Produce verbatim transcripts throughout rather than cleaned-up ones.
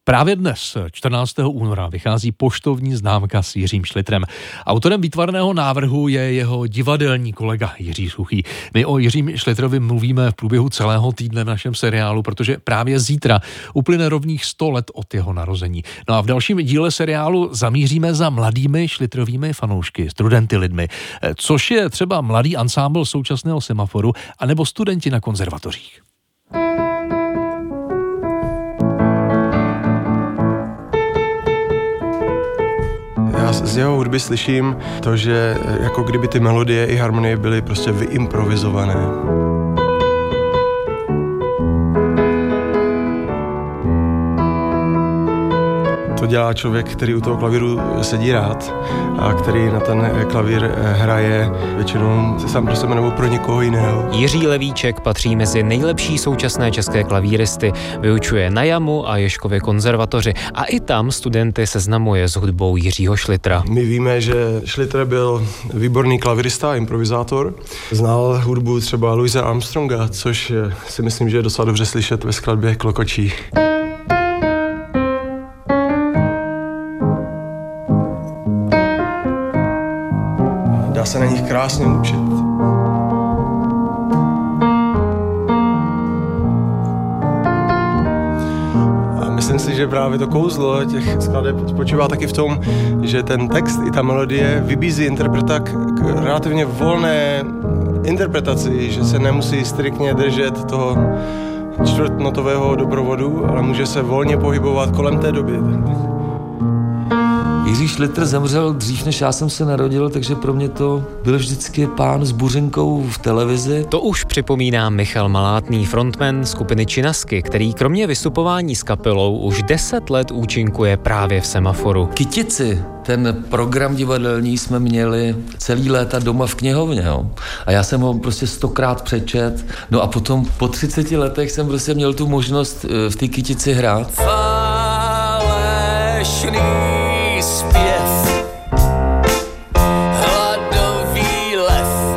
Právě dnes, čtrnáctého února, vychází poštovní známka s Jiřím Šlitrem. Autorem výtvarného návrhu je jeho divadelní kolega Jiří Suchý. My o Jiřím Šlitrovi mluvíme v průběhu celého týdne v našem seriálu, protože právě zítra uplyne rovných sto let od jeho narození. No a v dalším díle seriálu zamíříme za mladými Šlitrovými fanoušky, studenty lidmi, což je třeba mladý ansámbl současného Semaforu anebo studenti na konzervatořích. Já z jeho hudby slyším to, že jako kdyby ty melodie i harmonie byly prostě vyimprovizované. To dělá člověk, který u toho klavíru sedí rád a který na ten klavír hraje většinou sám pro sebe nebo pro někoho jiného. Jiří Levíček patří mezi nejlepší současné české klavíristy, vyučuje na Jamu a Ježkově konzervatoři a i tam studenty seznamuje s hudbou Jiřího Šlitra. My víme, že Šlitr byl výborný klavírista a improvizátor. Znal hudbu třeba Louise Armstronga, což si myslím, že je docela dobře slyšet ve skladbě Klokočí. Dá se na nich krásně učit. A myslím si, že právě to kouzlo těch skladeb spočívá taky v tom, že ten text i ta melodie vybízí interpreta k relativně volné interpretaci, že se nemusí striktně držet toho čtvrtnotového doprovodu, ale může se volně pohybovat kolem té doby. Jiří Šlitr zemřel dřív, než já jsem se narodil, takže pro mě to byl vždycky pán s buřinkou v televizi. To už připomíná Michal Malátný, frontman skupiny Činasky, který kromě vystupování s kapelou už deset let účinkuje právě v Semaforu. Kytici, ten program divadelní jsme měli celý léta doma v knihovně, jo. A já jsem ho prostě stokrát přečet. No a potom po třiceti letech jsem prostě měl tu možnost v té Kytici hrát. Falešný zpěv, hladový lev,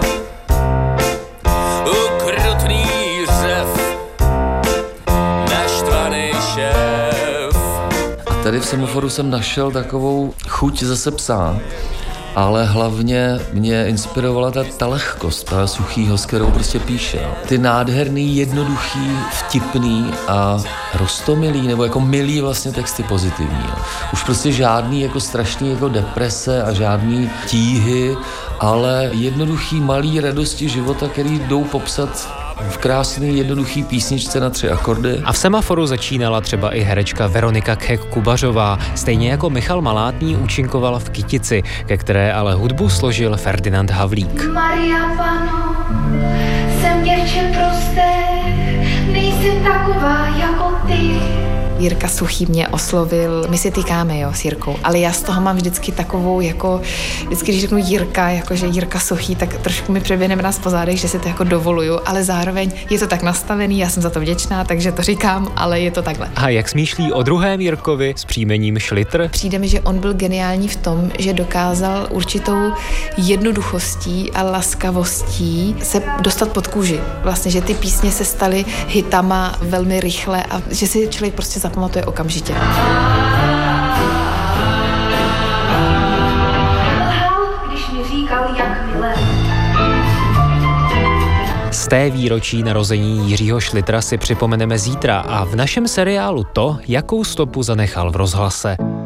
ukrutný řev, naštvaný šéf. A tady v Semaforu jsem našel takovou chuť zase psát, ale hlavně mě inspirovala ta, ta lehkost, ta Suchýho, s kterou prostě píše. No. Ty nádherný, jednoduchý, vtipný a roztomilý, nebo jako milý vlastně texty pozitivní. No. Už prostě žádný jako strašný jako deprese a žádný tíhy, ale jednoduchý, malý radosti života, který jdou popsat v krásný, jednoduchý písničce na tři akordy. A v Semaforu začínala třeba i herečka Veronika Khek-Kubařová, stejně jako Michal Malátný účinkovala v Kytici, ke které ale hudbu složil Ferdinand Havlík. Maria Pano, jsem děvče prosté, nejsem taková jako ty. Jirka Suchý mě oslovil, my si týkáme, jo, s Jirkou, ale já z toho mám vždycky takovou, jako, vždycky, když řeknu Jirka, jakože Jirka Suchý, tak trošku mi přeběhne nás po zádech, že si to jako dovoluju, ale zároveň je to tak nastavený, já jsem za to vděčná, takže to říkám, ale je to takhle. A jak smýšlí o druhém Jirkovi s příjmením Šlitr? Přijde mi, že on byl geniální v tom, že dokázal určitou jednoduchostí a laskavostí se dostat pod kůži. Vlastně, že ty písně se staly hitama velmi rychle a že si člověk prostě zapamatuje okamžitě. Když mi říkal, jak milé. Z té výročí narození Jiřího Šlitra si připomeneme zítra a v našem seriálu to, jakou stopu zanechal v rozhlase.